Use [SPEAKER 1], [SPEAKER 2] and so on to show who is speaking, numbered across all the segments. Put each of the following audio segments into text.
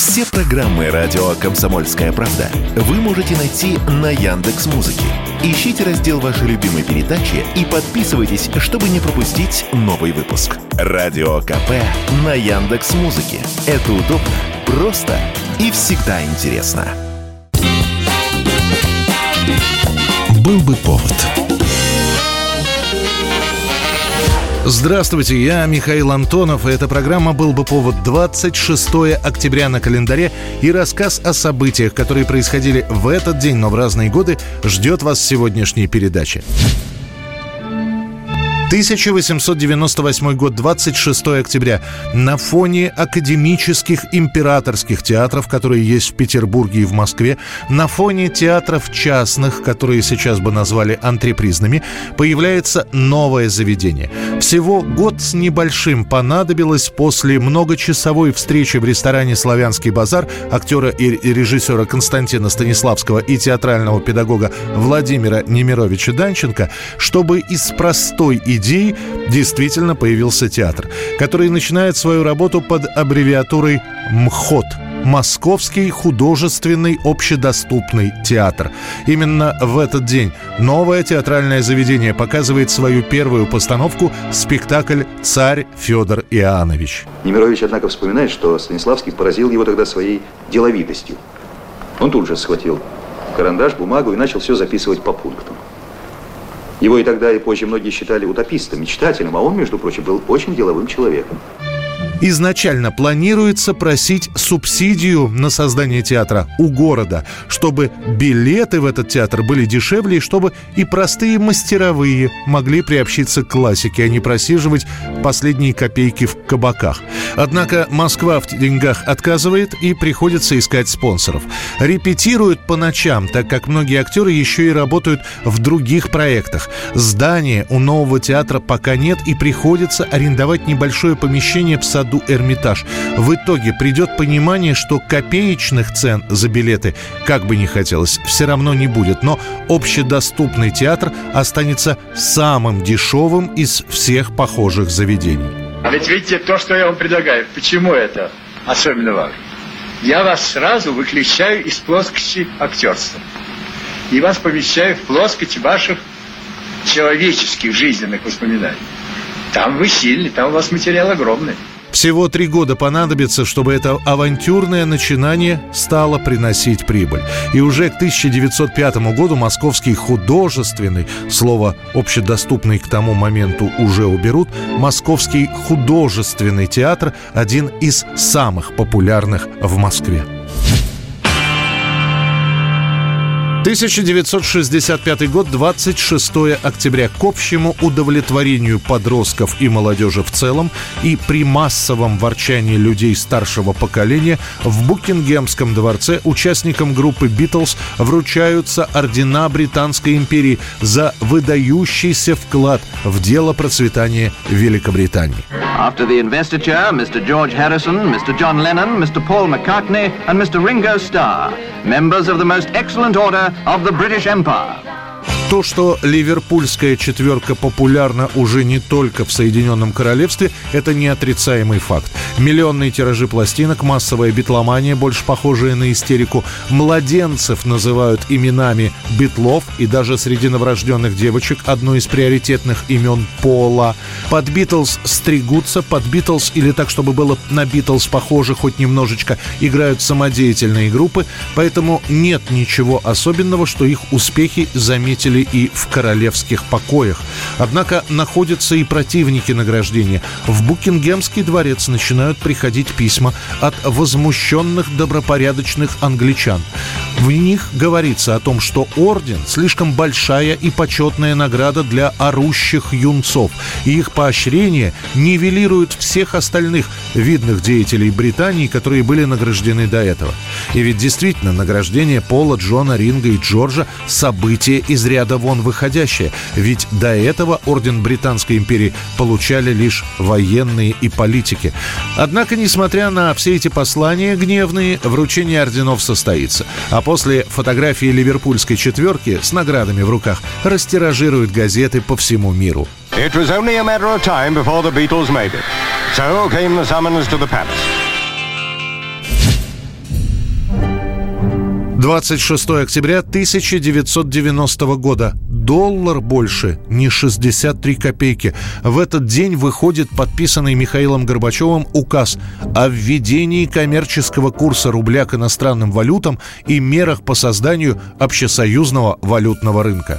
[SPEAKER 1] Все программы радио «Комсомольская правда» вы можете найти на Яндекс.Музыке. Ищите раздел вашей любимой передачи и подписывайтесь, чтобы не пропустить новый выпуск. Радио КП на Яндекс.Музыке. Это удобно, просто и всегда интересно.
[SPEAKER 2] Был бы повод. Здравствуйте, я Михаил Антонов, и эта программа «Был бы повод». 26 октября на календаре, и рассказ о событиях, которые происходили в этот день, но в разные годы, ждет вас в сегодняшней передаче. 1898 год, 26 октября. На фоне академических императорских театров, которые есть в Петербурге и в Москве, на фоне театров частных, которые сейчас бы назвали антрепризными, появляется новое заведение. Всего год с небольшим понадобилось после многочасовой встречи в ресторане «Славянский базар» актера и режиссера Константина Станиславского и театрального педагога Владимира Немировича Данченко, чтобы из простой идеи действительно появился театр, который начинает свою работу под аббревиатурой МХОТ – Московский художественный общедоступный театр. Именно в этот день новое театральное заведение показывает свою первую постановку – спектакль «Царь Федор Иоаннович».
[SPEAKER 3] Немирович, однако, вспоминает, что Станиславский поразил его тогда своей деловитостью. Он тут же схватил карандаш, бумагу и начал все записывать по пунктам. Его и тогда, и позже многие считали утопистом, мечтателем, а он, между прочим, был очень деловым человеком.
[SPEAKER 2] Изначально планируется просить субсидию на создание театра у города, чтобы билеты в этот театр были дешевле, и чтобы и простые мастеровые могли приобщиться к классике, а не просиживать последние копейки в кабаках. Однако Москва в деньгах отказывает, и приходится искать спонсоров. Репетируют по ночам, так как многие актеры еще и работают в других проектах. Здания у нового театра пока нет, и приходится арендовать небольшое помещение в саду Эрмитаж. В итоге придет понимание, что копеечных цен за билеты, как бы ни хотелось, все равно не будет. Но общедоступный театр останется самым дешевым из всех похожих заведений.
[SPEAKER 4] А ведь видите, то, что я вам предлагаю, почему это особенно важно? Я вас сразу выключаю из плоскости актерства и вас помещаю в плоскость ваших человеческих жизненных воспоминаний. Там вы сильны, там у вас материал огромный.
[SPEAKER 2] Всего 3 года понадобится, чтобы это авантюрное начинание стало приносить прибыль. И уже к 1905 году Московский художественный, слово общедоступный к тому моменту уже уберут, Московский художественный театр – один из самых популярных в Москве. 1965 год, 26 октября. К общему удовлетворению подростков и молодежи в целом и при массовом ворчании людей старшего поколения в Букингемском дворце участникам группы «Битлз» вручаются ордена Британской империи за выдающийся вклад в дело процветания Великобритании.
[SPEAKER 5] After the investiture, Mr. George Harrison, Mr. John Lennon, Mr. Paul McCartney and Mr. Ringo Starr, members of the most excellent order of the British Empire.
[SPEAKER 2] То, что ливерпульская четверка популярна уже не только в Соединенном Королевстве, это неотрицаемый факт. Миллионные тиражи пластинок, массовая битломания, больше похожая на истерику, младенцев называют именами битлов, и даже среди новорожденных девочек одно из приоритетных имен Пола. Под Битлз стригутся, под Битлз, или так, чтобы было на Битлз похоже хоть немножечко, играют самодеятельные группы, поэтому нет ничего особенного, что их успехи заметили и в королевских покоях. Однако находятся и противники награждения. В Букингемский дворец начинают приходить письма от возмущенных добропорядочных англичан. В них говорится о том, что орден – слишком большая и почетная награда для орущих юнцов, и их поощрение нивелирует всех остальных видных деятелей Британии, которые были награждены до этого. И ведь действительно, награждение Пола, Джона, Ринга и Джорджа – событие из ряда вон выходящее, ведь до этого орден Британской империи получали лишь военные и политики. Однако, несмотря на все эти послания гневные, вручение орденов состоится. А после фотографии ливерпульской четверки с наградами в руках растиражируют газеты по всему миру.
[SPEAKER 6] It was only a matter of time before the Beatles made it. So came the summons to the palace.
[SPEAKER 2] 26 октября 1990 года. Доллар больше не 63 копейки. В этот день выходит подписанный Михаилом Горбачевым указ о введении коммерческого курса рубля к иностранным валютам и мерах по созданию общесоюзного валютного рынка.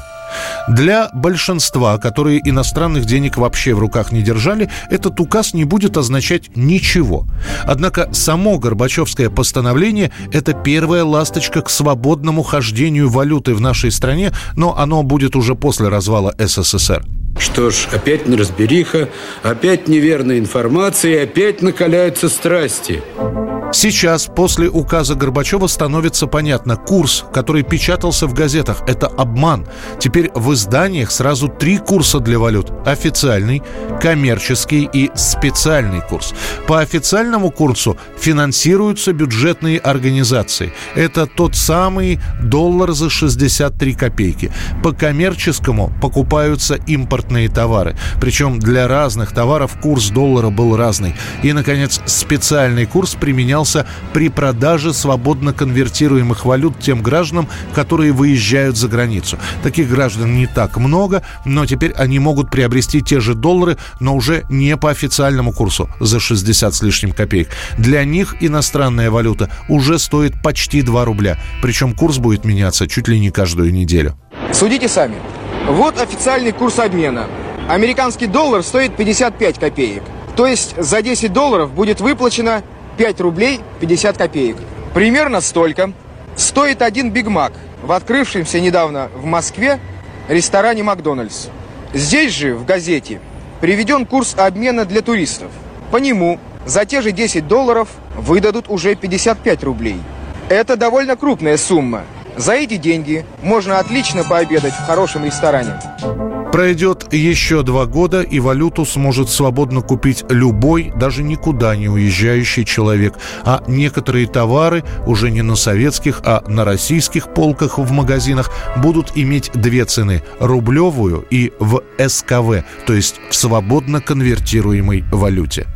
[SPEAKER 2] Для большинства, которые иностранных денег вообще в руках не держали, этот указ не будет означать ничего. Однако само Горбачевское постановление – это первая ласточка к свободному хождению валюты в нашей стране, но оно будет уже после развала СССР.
[SPEAKER 7] Что ж, опять неразбериха, опять неверная информация и опять накаляются страсти.
[SPEAKER 2] Сейчас, после указа Горбачева, становится понятно: курс, который печатался в газетах, это обман. Теперь в изданиях сразу 3 курса для валют: официальный, коммерческий и специальный курс. По официальному курсу финансируются бюджетные организации. Это тот самый доллар за 63 копейки. По коммерческому покупаются импортные товары. Причем для разных товаров курс доллара был разный. И, наконец, специальный курс применялся при продаже свободно конвертируемых валют тем гражданам, которые выезжают за границу. Таких граждан не так много, но теперь они могут приобрести те же доллары, но уже не по официальному курсу за 60 с лишним копеек. Для них иностранная валюта уже стоит почти 2 рубля. Причем курс будет меняться чуть ли не каждую неделю.
[SPEAKER 8] Судите сами. Вот официальный курс обмена. Американский доллар стоит 55 копеек. То есть за 10 долларов будет выплачено 5 рублей 50 копеек. Примерно столько стоит один Биг Мак в открывшемся недавно в Москве ресторане «Макдональдс». Здесь же, в газете, приведен курс обмена для туристов. По нему за те же 10 долларов выдадут уже 55 рублей. Это довольно крупная сумма. За эти деньги можно отлично пообедать в хорошем ресторане.
[SPEAKER 2] Пройдет еще 2 года, и валюту сможет свободно купить любой, даже никуда не уезжающий человек. А некоторые товары уже не на советских, а на российских полках в магазинах будут иметь 2 цены – рублевую и в СКВ, то есть в свободно конвертируемой валюте.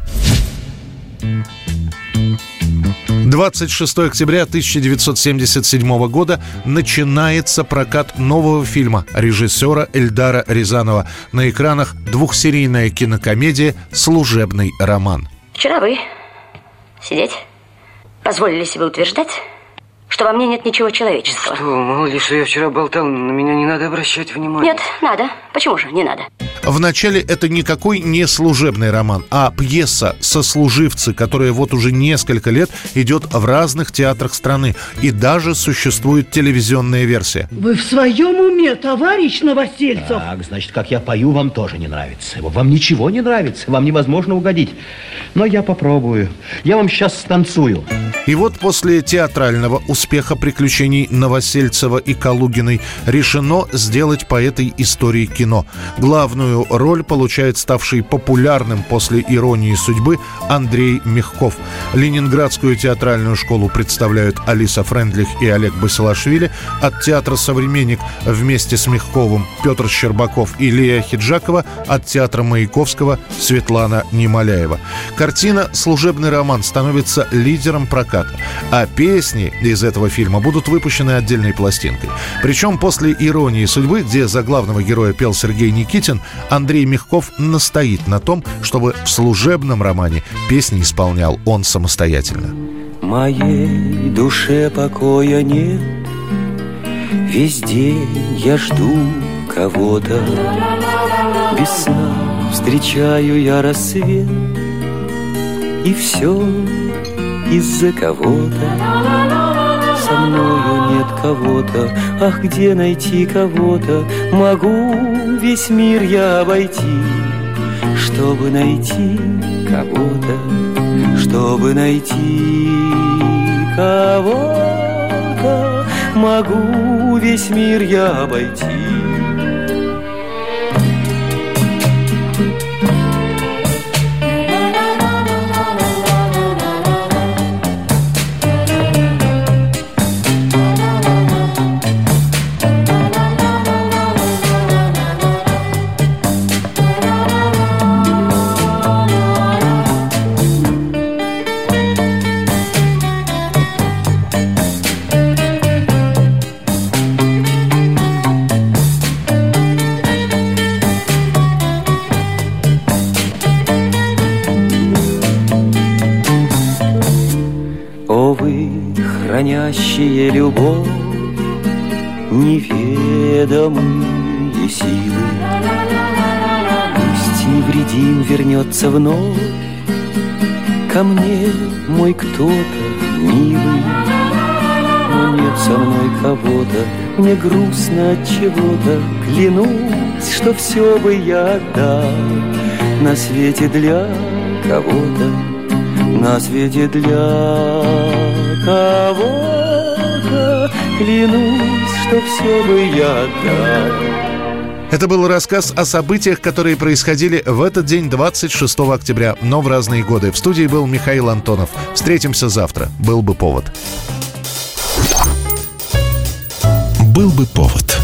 [SPEAKER 2] 26 октября 1977 года начинается прокат нового фильма режиссера Эльдара Рязанова. На экранах 2-серийная кинокомедия «Служебный роман».
[SPEAKER 9] Вчера вы сидеть позволили себе утверждать, что во мне нет ничего человеческого.
[SPEAKER 10] Что, мало ли, что я вчера болтал, на меня не надо обращать внимания.
[SPEAKER 9] Нет, надо. Почему же не надо?
[SPEAKER 2] Вначале это никакой не служебный роман, а пьеса «Сослуживцы», которая вот уже несколько лет идет в разных театрах страны. И даже существует телевизионная версия.
[SPEAKER 11] Вы в своем уме, товарищ Новосельцев?
[SPEAKER 12] Так, значит, как я пою, вам тоже не нравится. Вам ничего не нравится, вам невозможно угодить. Но я попробую. Я вам сейчас станцую.
[SPEAKER 2] И вот после театрального успеха приключений Новосельцева и Калугиной решено сделать по этой истории кино. Главную роль получает ставший популярным после «Иронии судьбы» Андрей Мягков. Ленинградскую театральную школу представляют Алиса Френдлих и Олег Басилашвили. От театра «Современник» вместе с Мягковым Петр Щербаков и Лия Хиджакова. От театра Маяковского Светлана Немоляева. Картина «Служебный роман» становится лидером проката. А песни из этого фильма будут выпущены отдельной пластинкой. Причем после «Иронии судьбы», где за главного героя пел Сергей Никитин, Андрей Мягков настоит на том, чтобы в «Служебном романе» песни исполнял он самостоятельно.
[SPEAKER 13] Моей душе покоя нет, весь день я жду кого-то. Без сна встречаю я рассвет, и все из-за кого-то. Со мною нет кого-то, ах, где найти кого-то? Могу весь мир я обойти, чтобы найти кого-то, чтобы найти кого-то. Могу весь мир я обойти. хранящие любовь, неведомые силы. Пусть невредим вернется вновь ко мне мой кто-то милый, но нет со мной кого-то, мне грустно от чего-то. Клянусь, что все бы я отдал на свете для кого-то, на свете для кого-то. Клянусь, что все бы я отдал.
[SPEAKER 2] Это был рассказ о событиях, которые происходили в этот день, 26 октября, но в разные годы. В студии был Михаил Антонов. Встретимся завтра. Был бы повод.
[SPEAKER 1] Был бы повод.